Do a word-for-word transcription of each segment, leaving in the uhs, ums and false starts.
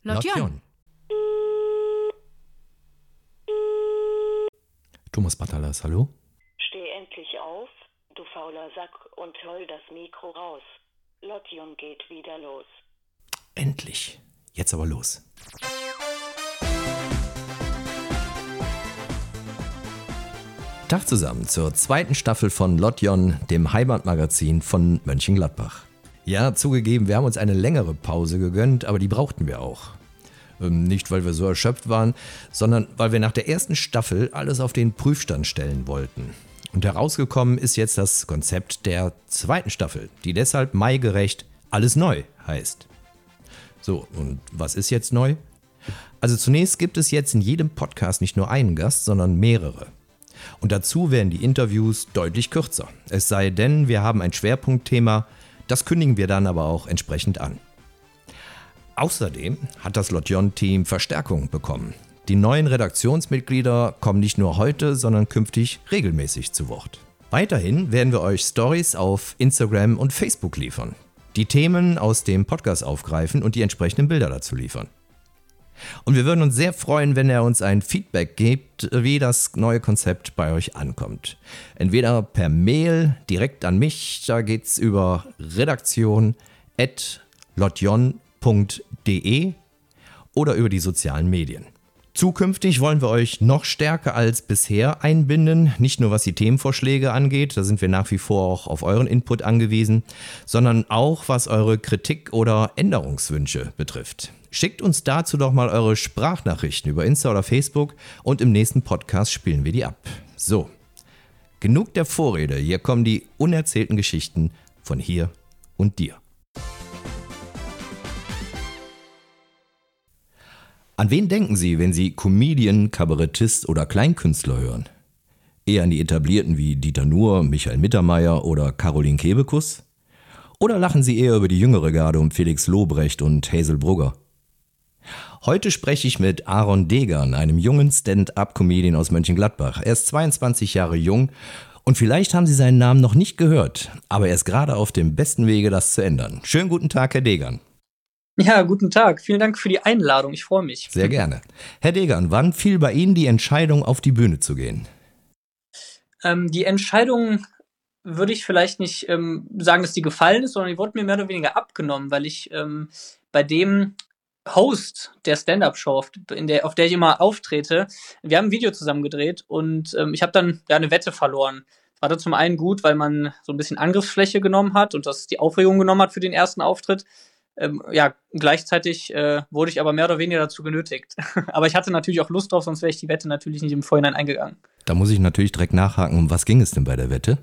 Lotjon. Thomas Batalas, hallo? Steh endlich auf, du fauler Sack, und hol das Mikro raus. Lotjon geht wieder los. Endlich. Jetzt aber los. Tag zusammen zur zweiten Staffel von Lotjon, dem Heimatmagazin von Mönchengladbach. Ja, zugegeben, wir haben uns eine längere Pause gegönnt, aber die brauchten wir auch. Ähm, nicht, weil wir so erschöpft waren, sondern weil wir nach der ersten Staffel alles auf den Prüfstand stellen wollten. Und herausgekommen ist jetzt das Konzept der zweiten Staffel, die deshalb maigerecht Alles neu heißt. So, und was ist jetzt neu? Also zunächst gibt es jetzt in jedem Podcast nicht nur einen Gast, sondern mehrere. Und dazu werden die Interviews deutlich kürzer. Es sei denn, wir haben ein Schwerpunktthema, das kündigen wir dann aber auch entsprechend an. Außerdem hat das Lotjon-Team Verstärkung bekommen. Die neuen Redaktionsmitglieder kommen nicht nur heute, sondern künftig regelmäßig zu Wort. Weiterhin werden wir euch Stories auf Instagram und Facebook liefern, die Themen aus dem Podcast aufgreifen und die entsprechenden Bilder dazu liefern. Und wir würden uns sehr freuen, wenn ihr uns ein Feedback gebt, wie das neue Konzept bei euch ankommt. Entweder per Mail direkt an mich, da geht's über redaktion at lotjon punkt de oder über die sozialen Medien. Zukünftig wollen wir euch noch stärker als bisher einbinden, nicht nur was die Themenvorschläge angeht, da sind wir nach wie vor auch auf euren Input angewiesen, sondern auch was eure Kritik oder Änderungswünsche betrifft. Schickt uns dazu doch mal eure Sprachnachrichten über Insta oder Facebook und im nächsten Podcast spielen wir die ab. So, genug der Vorrede, hier kommen die unerzählten Geschichten von hier und dir. An wen denken Sie, wenn Sie Comedian, Kabarettist oder Kleinkünstler hören? Eher an die Etablierten wie Dieter Nuhr, Michael Mittermeier oder Caroline Kebekus? Oder lachen Sie eher über die jüngere Garde um Felix Lobrecht und Hazel Brugger? Heute spreche ich mit Aaron Degern, einem jungen Stand-up-Comedian aus Mönchengladbach. Er ist zweiundzwanzig Jahre jung und vielleicht haben Sie seinen Namen noch nicht gehört, aber er ist gerade auf dem besten Wege, das zu ändern. Schönen guten Tag, Herr Degern. Ja, guten Tag. Vielen Dank für die Einladung. Ich freue mich. Sehr gerne. Herr Degern, wann fiel bei Ihnen die Entscheidung, auf die Bühne zu gehen? Ähm, die Entscheidung würde ich vielleicht nicht ähm, sagen, dass die gefallen ist, sondern die wurde mir mehr oder weniger abgenommen, weil ich ähm, bei dem Host der Stand-Up-Show, auf der, auf der ich immer auftrete, wir haben ein Video zusammen gedreht und ähm, ich habe dann ja eine Wette verloren. War da zum einen gut, weil man so ein bisschen Angriffsfläche genommen hat und das die Aufregung genommen hat für den ersten Auftritt. Ähm, ja, gleichzeitig äh, wurde ich aber mehr oder weniger dazu genötigt. Aber ich hatte natürlich auch Lust drauf, sonst wäre ich die Wette natürlich nicht im Vorhinein eingegangen. Da muss ich natürlich direkt nachhaken, um was ging es denn bei der Wette?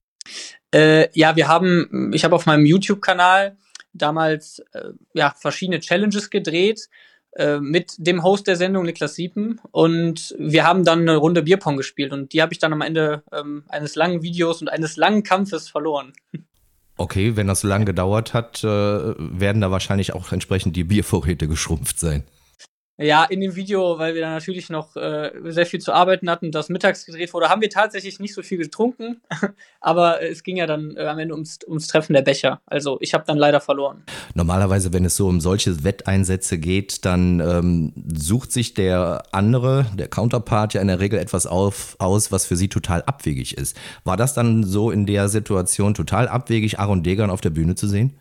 Äh, ja, wir haben, ich habe auf meinem YouTube-Kanal damals äh, ja verschiedene Challenges gedreht äh, mit dem Host der Sendung, Niklas Siepen, und wir haben dann eine Runde Bierpong gespielt und die habe ich dann am Ende ähm, eines langen Videos und eines langen Kampfes verloren. Okay, wenn das so lange gedauert hat, äh, werden da wahrscheinlich auch entsprechend die Biervorräte geschrumpft sein. Ja, in dem Video, weil wir da natürlich noch äh, sehr viel zu arbeiten hatten, das mittags gedreht wurde, haben wir tatsächlich nicht so viel getrunken, aber es ging ja dann äh, am Ende ums, ums Treffen der Becher. Also ich habe dann leider verloren. Normalerweise, wenn es so um solche Wetteinsätze geht, dann ähm, sucht sich der andere, der Counterpart ja in der Regel etwas auf, aus, was für sie total abwegig ist. War das dann so in der Situation total abwegig, Aaron Degern auf der Bühne zu sehen?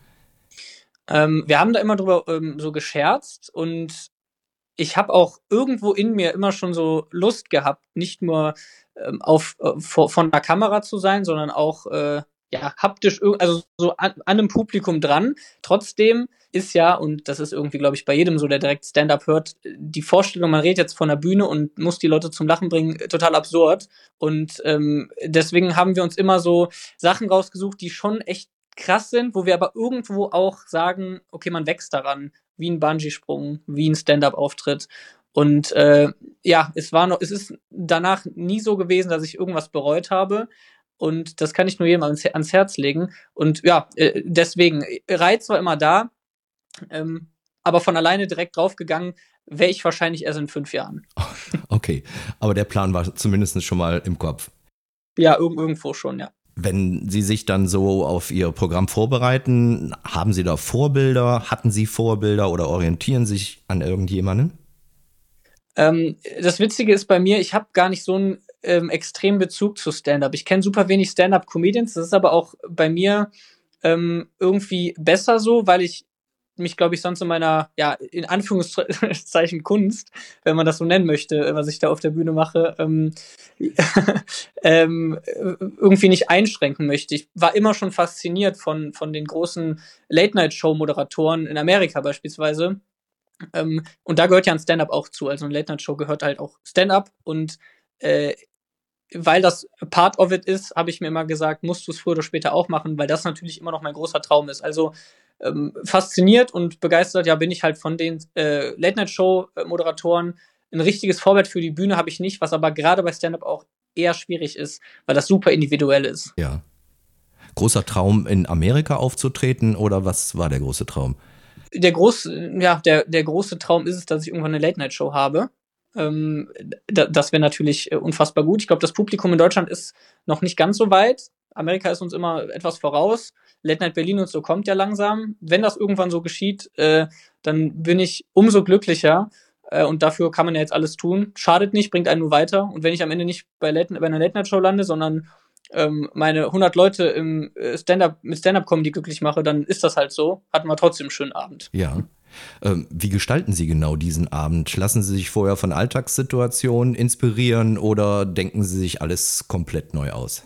Ähm, wir haben da immer drüber ähm, so gescherzt und ich habe auch irgendwo in mir immer schon so Lust gehabt, nicht nur ähm, auf äh, vor, von der Kamera zu sein, sondern auch äh, ja haptisch, also so an, an einem Publikum dran. Trotzdem ist ja, und das ist irgendwie, glaube ich, bei jedem so, der direkt Stand-up hört, die Vorstellung, man redet jetzt von der Bühne und muss die Leute zum Lachen bringen, total absurd. Und ähm, deswegen haben wir uns immer so Sachen rausgesucht, die schon echt krass sind, wo wir aber irgendwo auch sagen, okay, man wächst daran, wie ein Bungee-Sprung, wie ein Stand-up-Auftritt. Und äh, ja, es war noch, es ist danach nie so gewesen, dass ich irgendwas bereut habe. Und das kann ich nur jedem ans, ans Herz legen. Und ja, äh, deswegen, Reiz war immer da, ähm, aber von alleine direkt draufgegangen wäre ich wahrscheinlich erst in fünf Jahren. Okay, aber der Plan war zumindest schon mal im Kopf. Ja, irg- irgendwo schon, ja. Wenn Sie sich dann so auf Ihr Programm vorbereiten, haben Sie da Vorbilder? Hatten Sie Vorbilder oder orientieren sich an irgendjemanden? Ähm, das Witzige ist bei mir, ich habe gar nicht so einen ähm, extremen Bezug zu Stand-up. Ich kenne super wenig Stand-up-Comedians, das ist aber auch bei mir ähm, irgendwie besser so, weil ich mich, glaube ich, sonst in meiner, ja, in Anführungszeichen Kunst, wenn man das so nennen möchte, was ich da auf der Bühne mache, ähm, ähm, irgendwie nicht einschränken möchte. Ich war immer schon fasziniert von, von den großen Late-Night-Show-Moderatoren in Amerika beispielsweise. Ähm, und da gehört ja ein Stand-up auch zu. Also eine Late-Night-Show gehört halt auch Stand-up. Und äh, weil das part of it ist, habe ich mir immer gesagt, musst du es früher oder später auch machen, weil das natürlich immer noch mein großer Traum ist. Also ähm, fasziniert und begeistert, ja, bin ich halt von den äh, Late-Night-Show-Moderatoren. Ein richtiges Vorbild für die Bühne habe ich nicht, was aber gerade bei Stand-up auch eher schwierig ist, weil das super individuell ist. Ja. Großer Traum, in Amerika aufzutreten oder was war der große Traum? Der, groß, ja, der, der große Traum ist es, dass ich irgendwann eine Late-Night-Show habe. Ähm, da, das wäre natürlich äh, unfassbar gut. Ich glaube, das Publikum in Deutschland ist noch nicht ganz so weit. Amerika ist uns immer etwas voraus. Late Night Berlin und so kommt ja langsam. Wenn das irgendwann so geschieht, äh, dann bin ich umso glücklicher. Äh, und dafür kann man ja jetzt alles tun. Schadet nicht, bringt einen nur weiter. Und wenn ich am Ende nicht bei, Late, bei einer Late-Night-Show lande, sondern ähm, meine hundert Leute im Stand-up, mit Stand-up-Comedy glücklich mache, dann ist das halt so. Hatten wir trotzdem einen schönen Abend. Ja. Ähm, wie gestalten Sie genau diesen Abend? Lassen Sie sich vorher von Alltagssituationen inspirieren oder denken Sie sich alles komplett neu aus?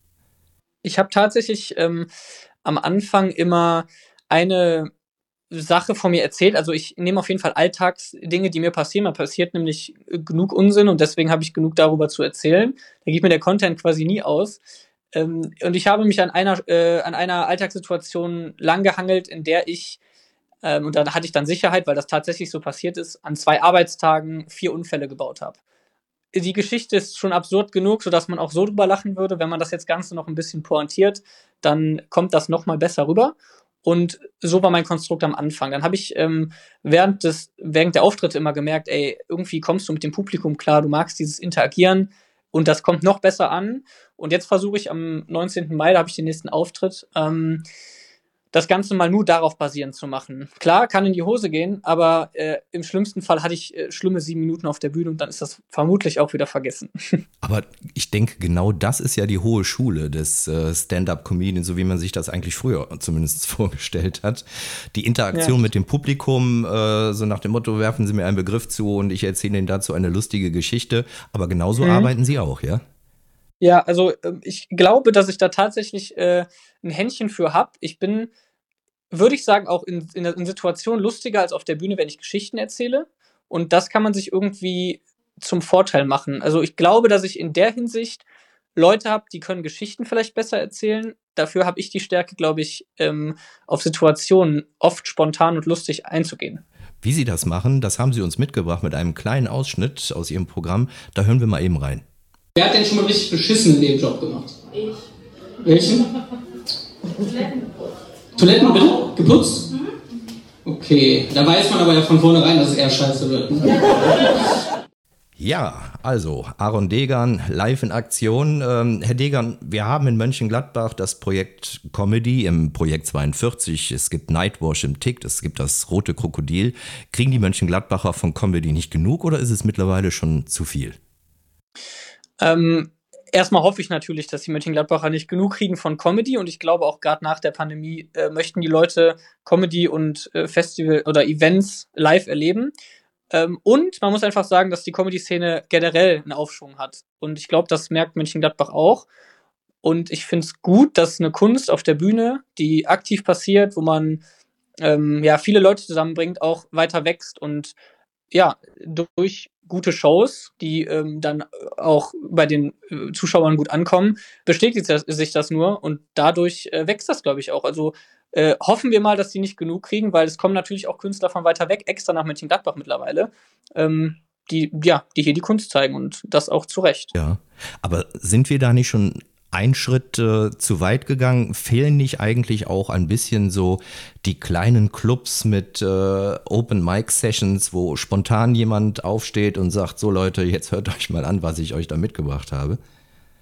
Ich habe tatsächlich ähm, am Anfang immer eine Sache von mir erzählt. Also ich nehme auf jeden Fall Alltagsdinge, die mir passieren. Mir passiert nämlich genug Unsinn und deswegen habe ich genug darüber zu erzählen. Da geht mir der Content quasi nie aus. Ähm, und ich habe mich an einer, äh, an einer Alltagssituation langgehangelt, in der ich, ähm, und da hatte ich dann Sicherheit, weil das tatsächlich so passiert ist, an zwei Arbeitstagen vier Unfälle gebaut habe. Die Geschichte ist schon absurd genug, sodass man auch so drüber lachen würde. Wenn man das jetzt Ganze noch ein bisschen pointiert, dann kommt das noch mal besser rüber. Und so war mein Konstrukt am Anfang. Dann habe ich ähm, während des während der Auftritte immer gemerkt, ey, irgendwie kommst du mit dem Publikum klar, du magst dieses Interagieren und das kommt noch besser an. Und jetzt versuche ich am neunzehnten Mai, da habe ich den nächsten Auftritt, ähm, das Ganze mal nur darauf basierend zu machen. Klar, kann in die Hose gehen, aber äh, im schlimmsten Fall hatte ich äh, schlimme sieben Minuten auf der Bühne und dann ist das vermutlich auch wieder vergessen. Aber ich denke, genau das ist ja die hohe Schule des äh, Stand-up-Comedians, so wie man sich das eigentlich früher zumindest vorgestellt hat. Die Interaktion ja. mit dem Publikum, äh, so nach dem Motto, werfen Sie mir einen Begriff zu und ich erzähle Ihnen dazu eine lustige Geschichte. Aber genauso mhm. arbeiten Sie auch, ja? Ja, also ich glaube, dass ich da tatsächlich äh, ein Händchen für habe. Ich bin, würde ich sagen, auch in, in, in Situationen lustiger als auf der Bühne, wenn ich Geschichten erzähle. Und das kann man sich irgendwie zum Vorteil machen. Also ich glaube, dass ich in der Hinsicht Leute habe, die können Geschichten vielleicht besser erzählen. Dafür habe ich die Stärke, glaube ich, ähm, auf Situationen oft spontan und lustig einzugehen. Wie Sie das machen, das haben Sie uns mitgebracht mit einem kleinen Ausschnitt aus Ihrem Programm. Da hören wir mal eben rein. Wer hat denn schon mal richtig beschissen in dem Job gemacht? Ich. Welchen? Toiletten geputzt. Toiletten bitte? Geputzt? Mhm. Okay, da weiß man aber ja von vornherein, dass es eher scheiße wird. Ja, also Aaron Degan live in Aktion. Ähm, Herr Degan, wir haben in Mönchengladbach das Projekt Comedy im Projekt zweiundvierzig. Es gibt Nightwash im Tick, es gibt das Rote Krokodil. Kriegen die Mönchengladbacher von Comedy nicht genug oder ist es mittlerweile schon zu viel? Ähm, erstmal hoffe ich natürlich, dass die Mönchengladbacher nicht genug kriegen von Comedy und ich glaube auch gerade nach der Pandemie äh, möchten die Leute Comedy und äh, Festival oder Events live erleben. Ähm, und man muss einfach sagen, dass die Comedy-Szene generell einen Aufschwung hat. Und ich glaube, das merkt Mönchengladbach auch. Und ich finde es gut, dass eine Kunst auf der Bühne, die aktiv passiert, wo man ähm, ja viele Leute zusammenbringt, auch weiter wächst und ja, durch gute Shows, die ähm, dann auch bei den äh, Zuschauern gut ankommen, bestätigt sich das nur und dadurch äh, wächst das, glaube ich, auch. Also äh, hoffen wir mal, dass die nicht genug kriegen, weil es kommen natürlich auch Künstler von weiter weg, extra nach Mönchengladbach mittlerweile, ähm, die, ja, die hier die Kunst zeigen und das auch zu Recht. Ja, aber sind wir da nicht schon einen Schritt äh, zu weit gegangen? Fehlen nicht eigentlich auch ein bisschen so die kleinen Clubs mit äh, Open-Mic-Sessions, wo spontan jemand aufsteht und sagt, so Leute, jetzt hört euch mal an, was ich euch da mitgebracht habe?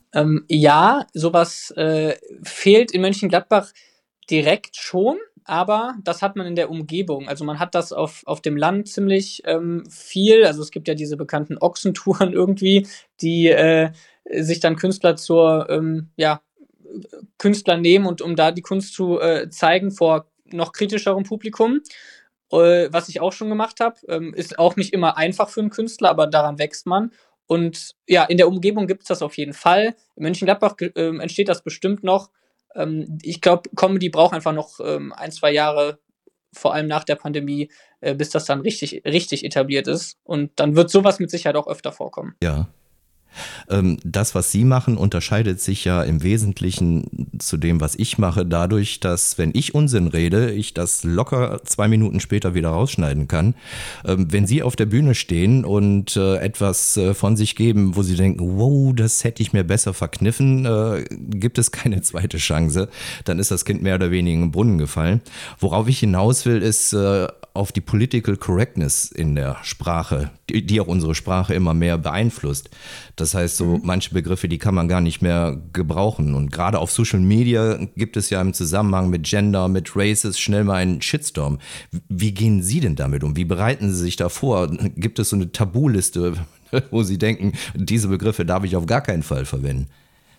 Ähm, ja, sowas äh, fehlt in Mönchengladbach direkt schon, aber das hat man in der Umgebung. Also man hat das auf, auf dem Land ziemlich ähm, viel. Also es gibt ja diese bekannten Ochsentouren irgendwie, die äh, sich dann Künstler zur, ähm, ja, Künstler nehmen und um da die Kunst zu äh, zeigen vor noch kritischerem Publikum. Äh, was ich auch schon gemacht habe, ähm, ist auch nicht immer einfach für einen Künstler, aber daran wächst man. Und ja, in der Umgebung gibt es das auf jeden Fall. In Mönchengladbach äh, entsteht das bestimmt noch. Ähm, ich glaube, Comedy braucht einfach noch ähm, ein, zwei Jahre, vor allem nach der Pandemie, äh, bis das dann richtig, richtig etabliert ist. Und dann wird sowas mit Sicherheit auch öfter vorkommen. Ja. Ähm, das, was Sie machen, unterscheidet sich ja im Wesentlichen zu dem, was ich mache, dadurch, dass, wenn ich Unsinn rede, ich das locker zwei Minuten später wieder rausschneiden kann. Ähm, wenn Sie auf der Bühne stehen und äh, etwas äh, von sich geben, wo Sie denken, wow, das hätte ich mir besser verkniffen, äh, gibt es keine zweite Chance, dann ist das Kind mehr oder weniger im Brunnen gefallen. Worauf ich hinaus will, ist äh, auf die Political Correctness in der Sprache, die, die auch unsere Sprache immer mehr beeinflusst. Das heißt, so manche Begriffe, die kann man gar nicht mehr gebrauchen. Und gerade auf Social Media gibt es ja im Zusammenhang mit Gender, mit Races schnell mal einen Shitstorm. Wie gehen Sie denn damit um? Wie bereiten Sie sich da vor? Gibt es so eine Tabuliste, wo Sie denken, diese Begriffe darf ich auf gar keinen Fall verwenden?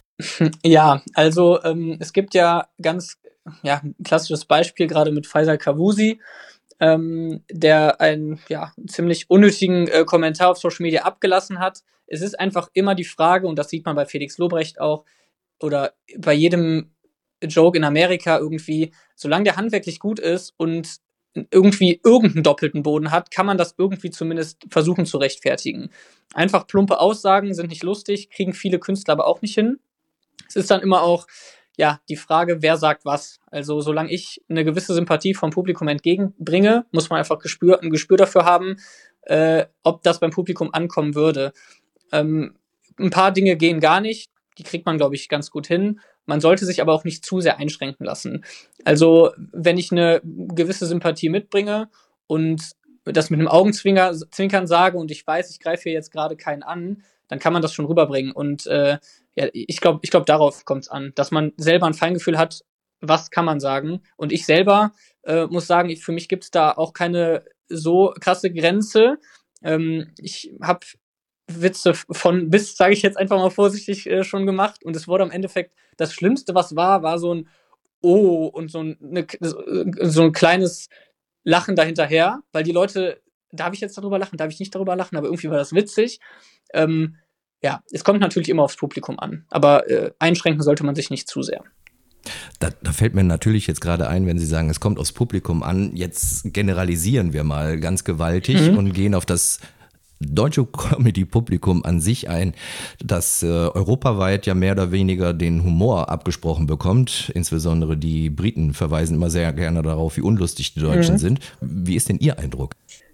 Ja, also ähm, es gibt ja ganz ja, ein klassisches Beispiel gerade mit Faisal Kavusi, ähm, der einen ja, ziemlich unnötigen äh, Kommentar auf Social Media abgelassen hat. Es ist einfach immer die Frage, und das sieht man bei Felix Lobrecht auch, oder bei jedem Joke in Amerika irgendwie, solange der handwerklich gut ist und irgendwie irgendeinen doppelten Boden hat, kann man das irgendwie zumindest versuchen zu rechtfertigen. Einfach plumpe Aussagen sind nicht lustig, kriegen viele Künstler aber auch nicht hin. Es ist dann immer auch ja, die Frage, wer sagt was. Also solange ich eine gewisse Sympathie vom Publikum entgegenbringe, muss man einfach Gespür, ein Gespür dafür haben, äh, ob das beim Publikum ankommen würde. Ähm, ein paar Dinge gehen gar nicht, die kriegt man, glaube ich, ganz gut hin. Man sollte sich aber auch nicht zu sehr einschränken lassen. Also wenn ich eine gewisse Sympathie mitbringe und das mit einem Augenzwinkern sage und ich weiß, ich greife hier jetzt gerade keinen an, dann kann man das schon rüberbringen. Und äh, ja, ich glaube, ich glaube, darauf kommt es an, dass man selber ein Feingefühl hat, was kann man sagen. Und ich selber äh, muss sagen, ich, für mich gibt es da auch keine so krasse Grenze. Ähm, ich habe Witze von bis, sage ich jetzt einfach mal vorsichtig, äh, schon gemacht. Und es wurde im Endeffekt, das Schlimmste, was war, war so ein Oh und so ein, ne, so ein kleines Lachen dahinterher, weil die Leute, darf ich jetzt darüber lachen, darf ich nicht darüber lachen, aber irgendwie war das witzig. Ähm, ja, es kommt natürlich immer aufs Publikum an, aber äh, einschränken sollte man sich nicht zu sehr. Da, da fällt mir natürlich jetzt gerade ein, wenn Sie sagen, es kommt aufs Publikum an, jetzt generalisieren wir mal ganz gewaltig mhm. und gehen auf das deutsche Comedy-Publikum an sich ein, das äh, europaweit ja mehr oder weniger den Humor abgesprochen bekommt. Insbesondere die Briten verweisen immer sehr gerne darauf, wie unlustig die Deutschen mhm. sind. Wie ist denn Ihr Eindruck?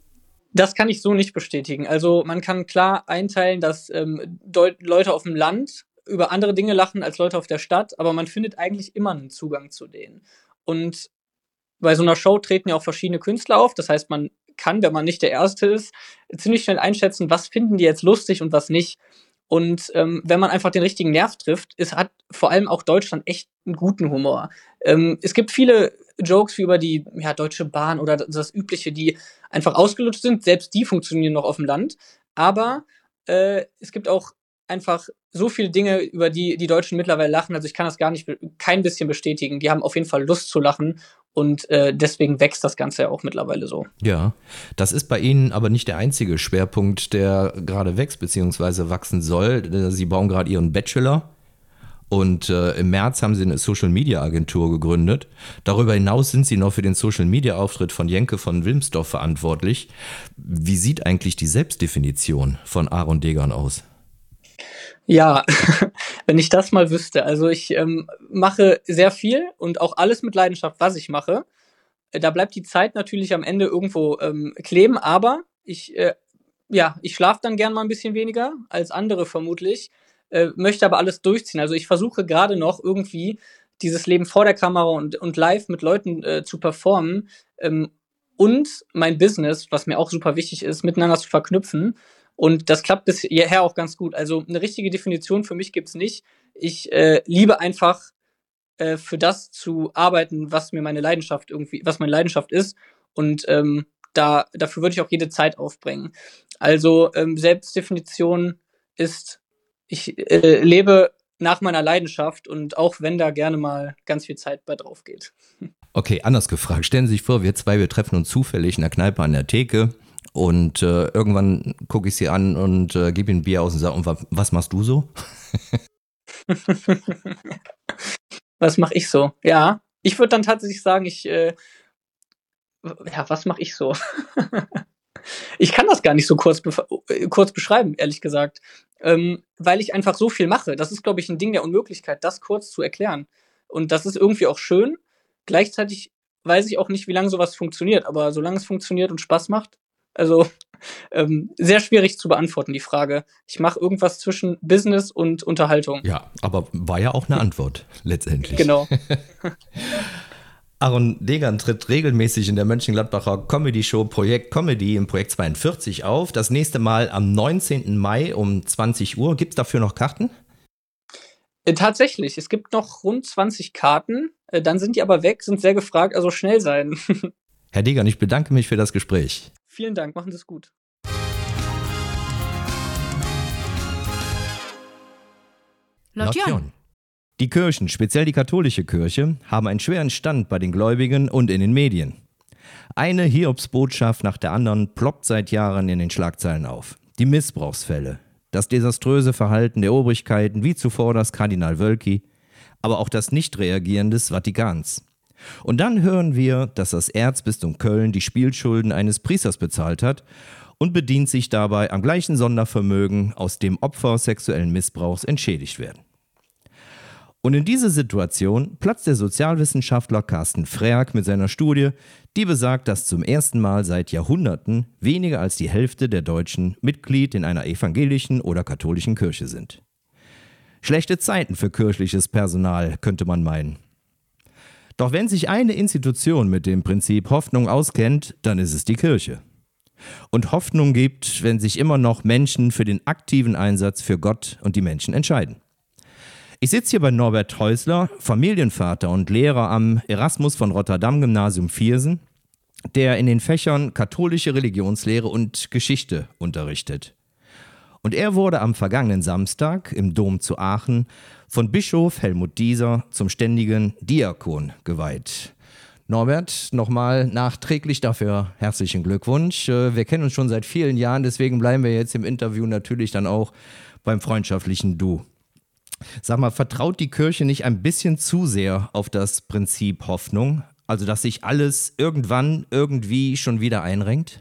Das kann ich so nicht bestätigen. Also man kann klar einteilen, dass ähm, Deut- Leute auf dem Land über andere Dinge lachen als Leute auf der Stadt, aber man findet eigentlich immer einen Zugang zu denen. Und bei so einer Show treten ja auch verschiedene Künstler auf. Das heißt, man kann, wenn man nicht der Erste ist, ziemlich schnell einschätzen, was finden die jetzt lustig und was nicht. Und ähm, wenn man einfach den richtigen Nerv trifft, es hat vor allem auch Deutschland echt einen guten Humor. Ähm, es gibt viele Jokes wie über die ja, Deutsche Bahn oder das Übliche, die einfach ausgelutscht sind. Selbst die funktionieren noch auf dem Land. Aber äh, es gibt auch einfach so viele Dinge, über die die Deutschen mittlerweile lachen. Also ich kann das gar nicht, kein bisschen bestätigen. Die haben auf jeden Fall Lust zu lachen. Und äh, deswegen wächst das Ganze ja auch mittlerweile so. Ja, das ist bei Ihnen aber nicht der einzige Schwerpunkt, der gerade wächst bzw. wachsen soll. Sie bauen gerade Ihren Bachelor und äh, im März haben Sie eine Social-Media-Agentur gegründet. Darüber hinaus sind Sie noch für den Social-Media-Auftritt von Jenke von Wilmsdorf verantwortlich. Wie sieht eigentlich die Selbstdefinition von Aaron Degern aus? Ja, wenn ich das mal wüsste. Also ich ähm, mache sehr viel und auch alles mit Leidenschaft, was ich mache. Da bleibt die Zeit natürlich am Ende irgendwo ähm, kleben, aber ich, äh, ja, ich schlafe dann gern mal ein bisschen weniger als andere vermutlich, äh, möchte aber alles durchziehen. Also ich versuche gerade noch irgendwie dieses Leben vor der Kamera und, und live mit Leuten äh, zu performen ähm, und mein Business, was mir auch super wichtig ist, miteinander zu verknüpfen. Und das klappt bisher auch ganz gut. Also eine richtige Definition für mich gibt's nicht. Ich äh, liebe einfach äh, für das zu arbeiten, was mir meine Leidenschaft irgendwie, was meine Leidenschaft ist. Und ähm, da dafür würde ich auch jede Zeit aufbringen. Also ähm, Selbstdefinition ist, ich äh, lebe nach meiner Leidenschaft und auch wenn da gerne mal ganz viel Zeit bei drauf geht. Okay, anders gefragt. Stellen Sie sich vor, wir zwei, wir treffen uns zufällig in der Kneipe an der Theke und äh, irgendwann gucke ich Sie an und äh, gebe Ihnen ein Bier aus und sage, und wa- was machst du so? Was mache ich so? Ja, ich würde dann tatsächlich sagen, ich, äh, ja, was mache ich so? Ich kann das gar nicht so kurz, bef- äh, kurz beschreiben, ehrlich gesagt, ähm, weil ich einfach so viel mache. Das ist, glaube ich, ein Ding der Unmöglichkeit, das kurz zu erklären. Und das ist irgendwie auch schön. Gleichzeitig weiß ich auch nicht, wie lange sowas funktioniert, aber solange es funktioniert und Spaß macht, also ähm, sehr schwierig zu beantworten, die Frage. Ich mache irgendwas zwischen Business und Unterhaltung. Ja, aber war ja auch eine Antwort letztendlich. Genau. Aaron Degern tritt regelmäßig in der Mönchengladbacher Comedy-Show Projekt Comedy im Projekt zweiundvierzig auf. Das nächste Mal am neunzehnten Mai um zwanzig Uhr. Gibt es dafür noch Karten? Äh, tatsächlich, es gibt noch rund zwanzig Karten, äh, dann sind die aber weg, sind sehr gefragt, also schnell sein. Herr Degern, ich bedanke mich für das Gespräch. Vielen Dank, machen Sie es gut. Lotjon. Die Kirchen, speziell die katholische Kirche, haben einen schweren Stand bei den Gläubigen und in den Medien. Eine Hiobsbotschaft nach der anderen ploppt seit Jahren in den Schlagzeilen auf. Die Missbrauchsfälle, das desaströse Verhalten der Obrigkeiten, wie zuvor das Kardinal Wölki, aber auch das Nichtreagieren des Vatikans. Und dann hören wir, dass das Erzbistum Köln die Spielschulden eines Priesters bezahlt hat und bedient sich dabei am gleichen Sondervermögen, aus dem Opfer sexuellen Missbrauchs entschädigt werden. Und in diese Situation platzt der Sozialwissenschaftler Carsten Frerk mit seiner Studie, die besagt, dass zum ersten Mal seit Jahrhunderten weniger als die Hälfte der Deutschen Mitglied in einer evangelischen oder katholischen Kirche sind. Schlechte Zeiten für kirchliches Personal, könnte man meinen. Doch wenn sich eine Institution mit dem Prinzip Hoffnung auskennt, dann ist es die Kirche. Und Hoffnung gibt, wenn sich immer noch Menschen für den aktiven Einsatz für Gott und die Menschen entscheiden. Ich sitze hier bei Norbert Häusler, Familienvater und Lehrer am Erasmus von Rotterdam Gymnasium Viersen, der in den Fächern katholische Religionslehre und Geschichte unterrichtet. Und er wurde am vergangenen Samstag im Dom zu Aachen von Bischof Helmut Dieser zum ständigen Diakon geweiht. Norbert, nochmal nachträglich dafür herzlichen Glückwunsch. Wir kennen uns schon seit vielen Jahren, deswegen bleiben wir jetzt im Interview natürlich dann auch beim freundschaftlichen Du. Sag mal, vertraut die Kirche nicht ein bisschen zu sehr auf das Prinzip Hoffnung? Also, dass sich alles irgendwann irgendwie schon wieder einrenkt?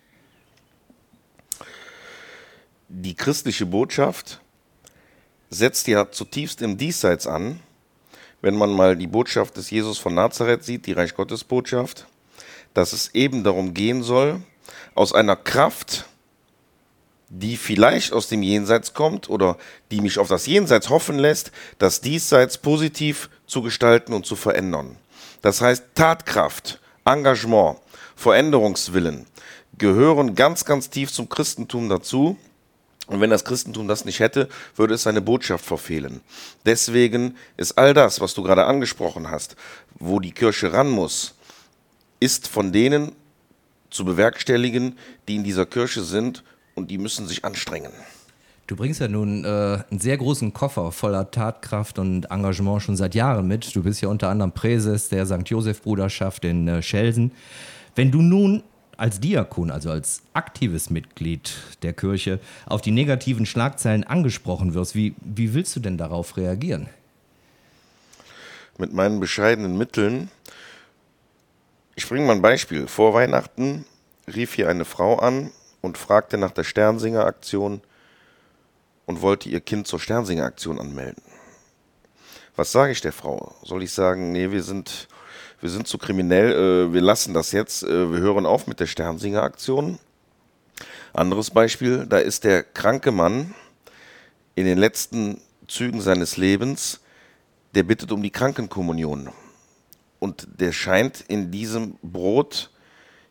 Die christliche Botschaft setzt ja zutiefst im Diesseits an. Wenn man mal die Botschaft des Jesus von Nazareth sieht, die Reich Gottes Botschaft, dass es eben darum gehen soll, aus einer Kraft, die vielleicht aus dem Jenseits kommt oder die mich auf das Jenseits hoffen lässt, das Diesseits positiv zu gestalten und zu verändern. Das heißt, Tatkraft, Engagement, Veränderungswillen gehören ganz, ganz tief zum Christentum dazu. Und wenn das Christentum das nicht hätte, würde es seine Botschaft verfehlen. Deswegen ist all das, was du gerade angesprochen hast, wo die Kirche ran muss, ist von denen zu bewerkstelligen, die in dieser Kirche sind, und die müssen sich anstrengen. Du bringst ja nun äh, einen sehr großen Koffer voller Tatkraft und Engagement schon seit Jahren mit. Du bist ja unter anderem Präses der Sankt Joseph-Bruderschaft in äh, Schelsen. Wenn du nun als Diakon, also als aktives Mitglied der Kirche, auf die negativen Schlagzeilen angesprochen wirst, wie, wie willst du denn darauf reagieren? Mit meinen bescheidenen Mitteln. Ich bringe mal ein Beispiel. Vor Weihnachten rief hier eine Frau an und fragte nach der Sternsinger-Aktion und wollte ihr Kind zur Sternsinger-Aktion anmelden. Was sage ich der Frau? Soll ich sagen, nee, wir sind, wir sind zu kriminell, äh, wir lassen das jetzt, äh, wir hören auf mit der Sternsinger-Aktion? Anderes Beispiel, da ist der kranke Mann in den letzten Zügen seines Lebens, der bittet um die Krankenkommunion. Und der scheint in diesem Brot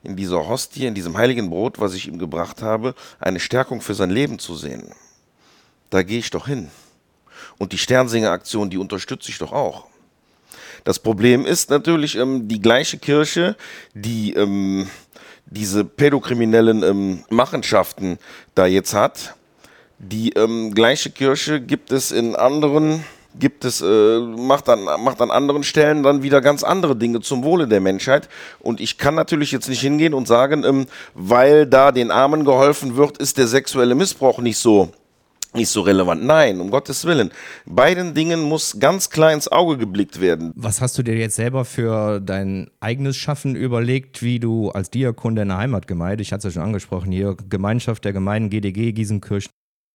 in dieser Hostie, in diesem heiligen Brot, was ich ihm gebracht habe, eine Stärkung für sein Leben zu sehen. Da gehe ich doch hin. Und die Sternsinger-Aktion, die unterstütze ich doch auch. Das Problem ist natürlich, ähm, die gleiche Kirche, die ähm, diese pädokriminellen ähm, Machenschaften da jetzt hat, die ähm, gleiche Kirche gibt es in anderen, gibt es, äh, macht, an, macht an anderen Stellen dann wieder ganz andere Dinge zum Wohle der Menschheit. Und ich kann natürlich jetzt nicht hingehen und sagen, ähm, weil da den Armen geholfen wird, ist der sexuelle Missbrauch nicht so nicht so relevant. Nein, um Gottes Willen. Beiden Dingen muss ganz klar ins Auge geblickt werden. Was hast du dir jetzt selber für dein eigenes Schaffen überlegt, wie du als Diakon deiner Heimatgemeinde, ich hatte es ja schon angesprochen hier, Gemeinschaft der Gemeinden G D G, Gießenkirchen,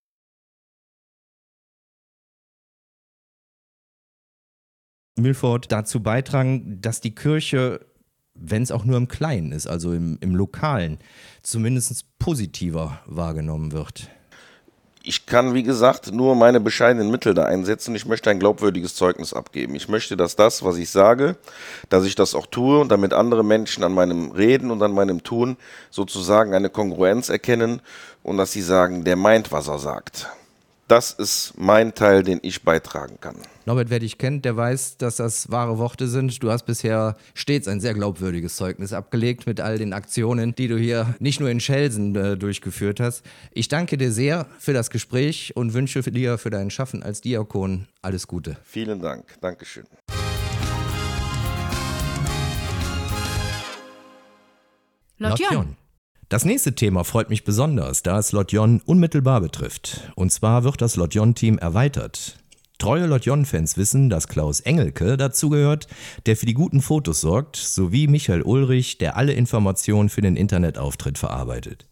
Milford, dazu beitragen, dass die Kirche, wenn es auch nur im Kleinen ist, also im, im Lokalen, zumindest positiver wahrgenommen wird? Ich kann, wie gesagt, nur meine bescheidenen Mittel da einsetzen. Ich möchte ein glaubwürdiges Zeugnis abgeben. Ich möchte, dass das, was ich sage, dass ich das auch tue und damit andere Menschen an meinem Reden und an meinem Tun sozusagen eine Kongruenz erkennen und dass sie sagen, der meint, was er sagt. Das ist mein Teil, den ich beitragen kann. Norbert, wer dich kennt, der weiß, dass das wahre Worte sind. Du hast bisher stets ein sehr glaubwürdiges Zeugnis abgelegt mit all den Aktionen, die du hier nicht nur in Schelsen äh, durchgeführt hast. Ich danke dir sehr für das Gespräch und wünsche dir für dein Schaffen als Diakon alles Gute. Vielen Dank. Dankeschön. Lotjon. Das nächste Thema freut mich besonders, da es Lotjon unmittelbar betrifft. Und zwar wird das Lotjon-Team erweitert. Treue Lotjon-Fans wissen, dass Klaus Engelke dazugehört, der für die guten Fotos sorgt, sowie Michael Ulrich, der alle Informationen für den Internetauftritt verarbeitet.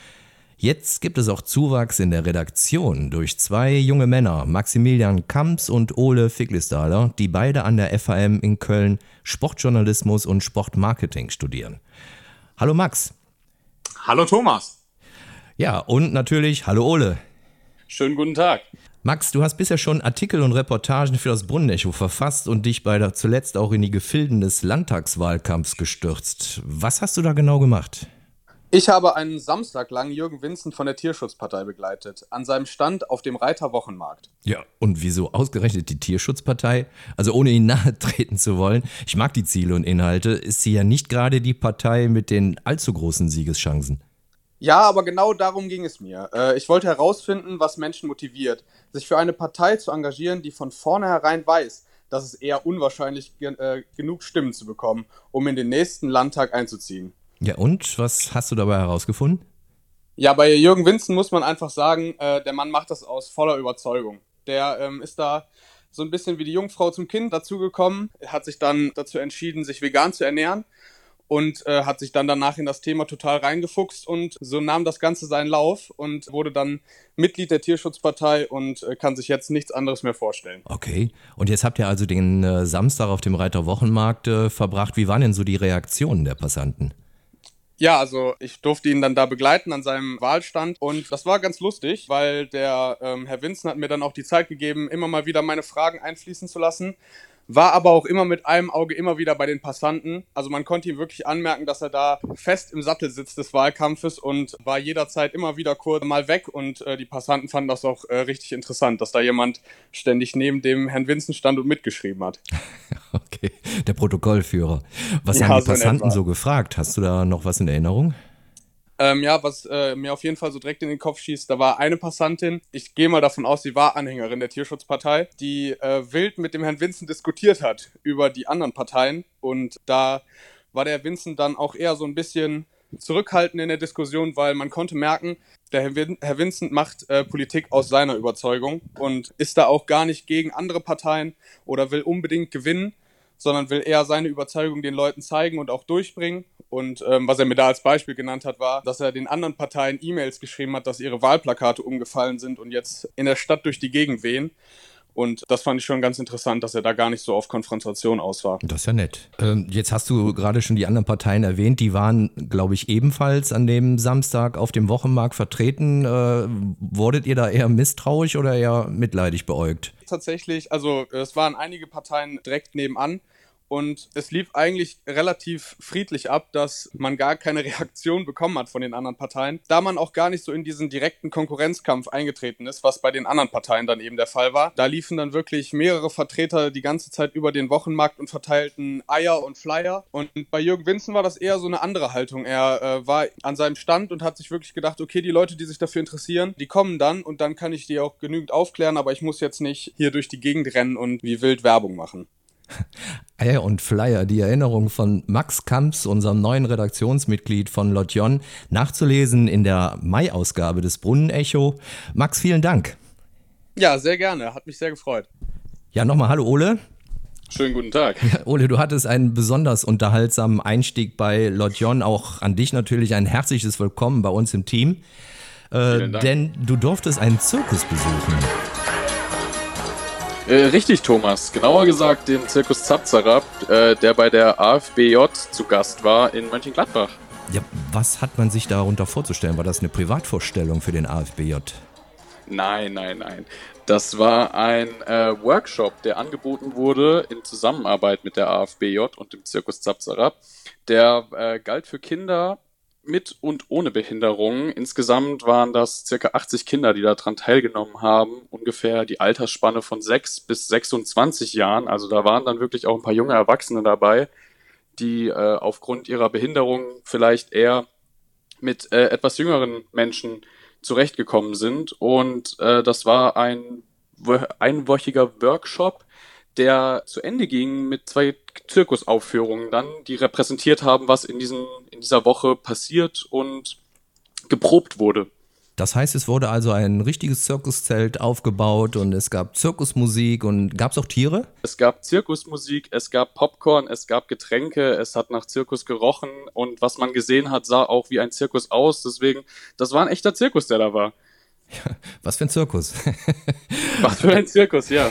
Jetzt gibt es auch Zuwachs in der Redaktion durch zwei junge Männer, Maximilian Kamps und Ole Figlistaler, die beide an der F H M in Köln Sportjournalismus und Sportmarketing studieren. Hallo Max. Hallo Thomas. Ja, und natürlich hallo Ole. Schönen guten Tag. Max, du hast bisher schon Artikel und Reportagen für das Brunnenecho verfasst und dich bei der zuletzt auch in die Gefilden des Landtagswahlkampfs gestürzt. Was hast du da genau gemacht? Ich habe einen Samstag lang Jürgen Vincent von der Tierschutzpartei begleitet, an seinem Stand auf dem Reiter Wochenmarkt. Ja, und wieso ausgerechnet die Tierschutzpartei? Also ohne ihn nahe treten zu wollen, ich mag die Ziele und Inhalte, ist sie ja nicht gerade die Partei mit den allzu großen Siegeschancen. Ja, aber genau darum ging es mir. Ich wollte herausfinden, was Menschen motiviert, sich für eine Partei zu engagieren, die von vornherein weiß, dass es eher unwahrscheinlich äh, genug Stimmen zu bekommen, um in den nächsten Landtag einzuziehen. Ja, und? Was hast du dabei herausgefunden? Ja, bei Jürgen Vincent muss man einfach sagen, äh, der Mann macht das aus voller Überzeugung. Der ähm, ist da so ein bisschen wie die Jungfrau zum Kind dazugekommen, hat sich dann dazu entschieden, sich vegan zu ernähren und äh, hat sich dann danach in das Thema total reingefuchst und so nahm das Ganze seinen Lauf und wurde dann Mitglied der Tierschutzpartei und äh, kann sich jetzt nichts anderes mehr vorstellen. Okay, und jetzt habt ihr also den äh, Samstag auf dem Reiter Wochenmarkt äh, verbracht. Wie waren denn so die Reaktionen der Passanten? Ja, also ich durfte ihn dann da begleiten an seinem Wahlstand und das war ganz lustig, weil der ähm, Herr Vincent hat mir dann auch die Zeit gegeben, immer mal wieder meine Fragen einfließen zu lassen, war aber auch immer mit einem Auge immer wieder bei den Passanten. Also man konnte ihm wirklich anmerken, dass er da fest im Sattel sitzt des Wahlkampfes und war jederzeit immer wieder kurz mal weg und äh, die Passanten fanden das auch äh, richtig interessant, dass da jemand ständig neben dem Herrn Vincent stand und mitgeschrieben hat. Okay, der Protokollführer. Was Ja, haben die so in Passanten etwa. so gefragt? Hast du da noch was in Erinnerung? Ähm, ja, was äh, mir auf jeden Fall so direkt in den Kopf schießt, da war eine Passantin, ich gehe mal davon aus, sie war Anhängerin der Tierschutzpartei, die äh, wild mit dem Herrn Vincent diskutiert hat über die anderen Parteien und da war der Vincent dann auch eher so ein bisschen zurückhaltend in der Diskussion, weil man konnte merken, der Herr, Vin- Herr Vincent macht äh, Politik aus seiner Überzeugung und ist da auch gar nicht gegen andere Parteien oder will unbedingt gewinnen, sondern will eher seine Überzeugung den Leuten zeigen und auch durchbringen. Und ähm, was er mir da als Beispiel genannt hat, war, dass er den anderen Parteien E-Mails geschrieben hat, dass ihre Wahlplakate umgefallen sind und jetzt in der Stadt durch die Gegend wehen. Und das fand ich schon ganz interessant, dass er da gar nicht so auf Konfrontation aus war. Das ist ja nett. Ähm, jetzt hast du gerade schon die anderen Parteien erwähnt. Die waren, glaube ich, ebenfalls an dem Samstag auf dem Wochenmarkt vertreten. Äh, wurdet ihr da eher misstrauisch oder eher mitleidig beäugt? Tatsächlich, also es waren einige Parteien direkt nebenan. Und es lief eigentlich relativ friedlich ab, dass man gar keine Reaktion bekommen hat von den anderen Parteien, da man auch gar nicht so in diesen direkten Konkurrenzkampf eingetreten ist, was bei den anderen Parteien dann eben der Fall war. Da liefen dann wirklich mehrere Vertreter die ganze Zeit über den Wochenmarkt und verteilten Eier und Flyer. Und bei Jürgen Winzen war das eher so eine andere Haltung. Er äh, war an seinem Stand und hat sich wirklich gedacht, okay, die Leute, die sich dafür interessieren, die kommen dann und dann kann ich die auch genügend aufklären, aber ich muss jetzt nicht hier durch die Gegend rennen und wie wild Werbung machen. Eier und Flyer, die Erinnerung von Max Kamps, unserem neuen Redaktionsmitglied von Lotjon, nachzulesen in der Mai-Ausgabe des Brunnenecho. Max, vielen Dank. Ja, sehr gerne, hat mich sehr gefreut. Ja, nochmal hallo Ole. Schönen guten Tag. Ja, Ole, du hattest einen besonders unterhaltsamen Einstieg bei Lotjon, auch an dich natürlich ein herzliches Willkommen bei uns im Team. Äh, denn du durftest einen Zirkus besuchen. Äh, richtig, Thomas. Genauer gesagt den Zirkus Zapzarab, äh, der bei der A F B J zu Gast war in Mönchengladbach. Ja, was hat man sich darunter vorzustellen? War das eine Privatvorstellung für den A F B J? Nein, nein, nein. Das war ein äh, Workshop, der angeboten wurde in Zusammenarbeit mit der A F B J und dem Zirkus Zapzarab. Der äh, galt für Kinder mit und ohne Behinderung. Insgesamt waren das circa achtzig Kinder, die daran teilgenommen haben. Ungefähr die Altersspanne von sechs bis sechsundzwanzig Jahren. Also da waren dann wirklich auch ein paar junge Erwachsene dabei, die äh, aufgrund ihrer Behinderung vielleicht eher mit äh, etwas jüngeren Menschen zurechtgekommen sind. Und äh, das war ein einwöchiger Workshop, der zu Ende ging mit zwei Zirkusaufführungen dann, die repräsentiert haben, was in diesen, in dieser Woche passiert und geprobt wurde. Das heißt, es wurde also ein richtiges Zirkuszelt aufgebaut und es gab Zirkusmusik und gab es auch Tiere? Es gab Zirkusmusik, es gab Popcorn, es gab Getränke, es hat nach Zirkus gerochen und was man gesehen hat, sah auch wie ein Zirkus aus. Deswegen, das war ein echter Zirkus, der da war. Ja, was für ein Zirkus. Was für ein Zirkus, ja.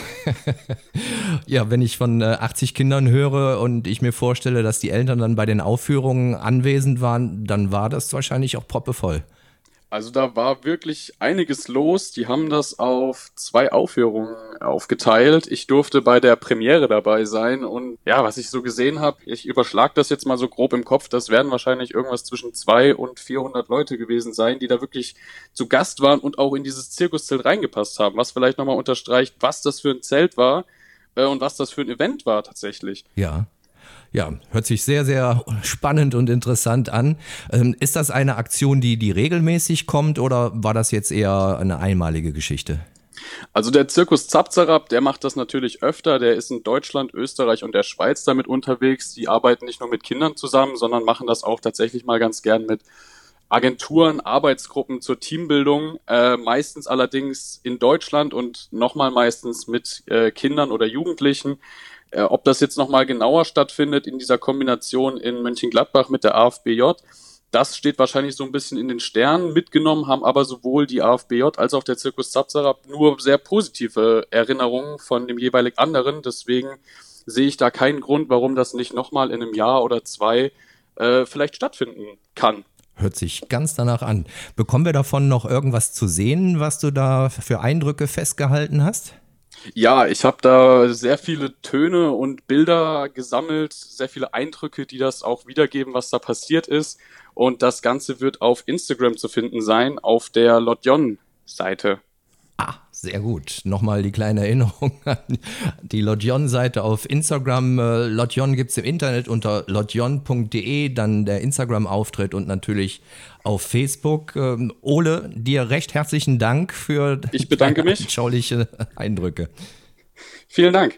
Ja, wenn ich von äh, achtzig Kindern höre und ich mir vorstelle, dass die Eltern dann bei den Aufführungen anwesend waren, dann war das wahrscheinlich auch proppevoll. Also da war wirklich einiges los. Die haben das auf zwei Aufführungen aufgeteilt. Ich durfte bei der Premiere dabei sein und ja, was ich so gesehen habe, ich überschlag das jetzt mal so grob im Kopf, das werden wahrscheinlich irgendwas zwischen zweihundert und vierhundert Leute gewesen sein, die da wirklich zu Gast waren und auch in dieses Zirkuszelt reingepasst haben, was vielleicht nochmal unterstreicht, was das für ein Zelt war äh, und was das für ein Event war tatsächlich. Ja. Ja, hört sich sehr, sehr spannend und interessant an. Ähm, ist das eine Aktion, die, die regelmäßig kommt oder war das jetzt eher eine einmalige Geschichte? Also der Zirkus Zapzarab, der macht das natürlich öfter. Der ist in Deutschland, Österreich und der Schweiz damit unterwegs. Die arbeiten nicht nur mit Kindern zusammen, sondern machen das auch tatsächlich mal ganz gern mit Agenturen, Arbeitsgruppen zur Teambildung. Äh, meistens allerdings in Deutschland und nochmal meistens mit äh, Kindern oder Jugendlichen. Ob das jetzt nochmal genauer stattfindet in dieser Kombination in Mönchengladbach mit der A F B J, das steht wahrscheinlich so ein bisschen in den Sternen. Mitgenommen haben aber sowohl die A F B J als auch der Zirkus Zapzarab nur sehr positive Erinnerungen von dem jeweilig anderen. Deswegen sehe ich da keinen Grund, warum das nicht nochmal in einem Jahr oder zwei äh, vielleicht stattfinden kann. Hört sich ganz danach an. Bekommen wir davon noch irgendwas zu sehen, was du da für Eindrücke festgehalten hast? Ja, ich habe da sehr viele Töne und Bilder gesammelt, sehr viele Eindrücke, die das auch wiedergeben, was da passiert ist. Und das Ganze wird auf Instagram zu finden sein, auf der Lotjon-Seite. Ah, sehr gut. Nochmal die kleine Erinnerung an die Lotjon-Seite auf Instagram. Lotjon gibt es im Internet unter lotjon punkt de, dann der Instagram-Auftritt und natürlich auf Facebook. Ole, dir recht herzlichen Dank für ich bedanke deine mich. anschauliche Eindrücke. Vielen Dank.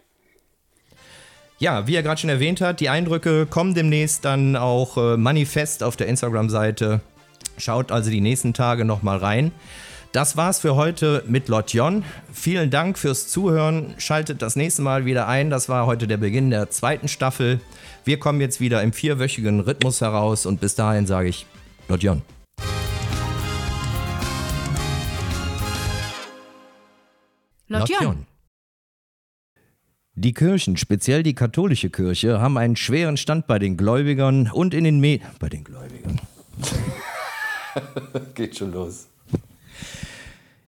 Ja, wie er gerade schon erwähnt hat, die Eindrücke kommen demnächst dann auch äh, manifest auf der Instagram-Seite. Schaut also die nächsten Tage nochmal rein. Das war's für heute mit Lotjon. Vielen Dank fürs Zuhören. Schaltet das nächste Mal wieder ein. Das war heute der Beginn der zweiten Staffel. Wir kommen jetzt wieder im vierwöchigen Rhythmus heraus und bis dahin sage ich Lotjon. Lotjon. Die Kirchen, speziell die katholische Kirche, haben einen schweren Stand bei den Gläubigern und in den Medien. Bei den Gläubigern. Geht schon los.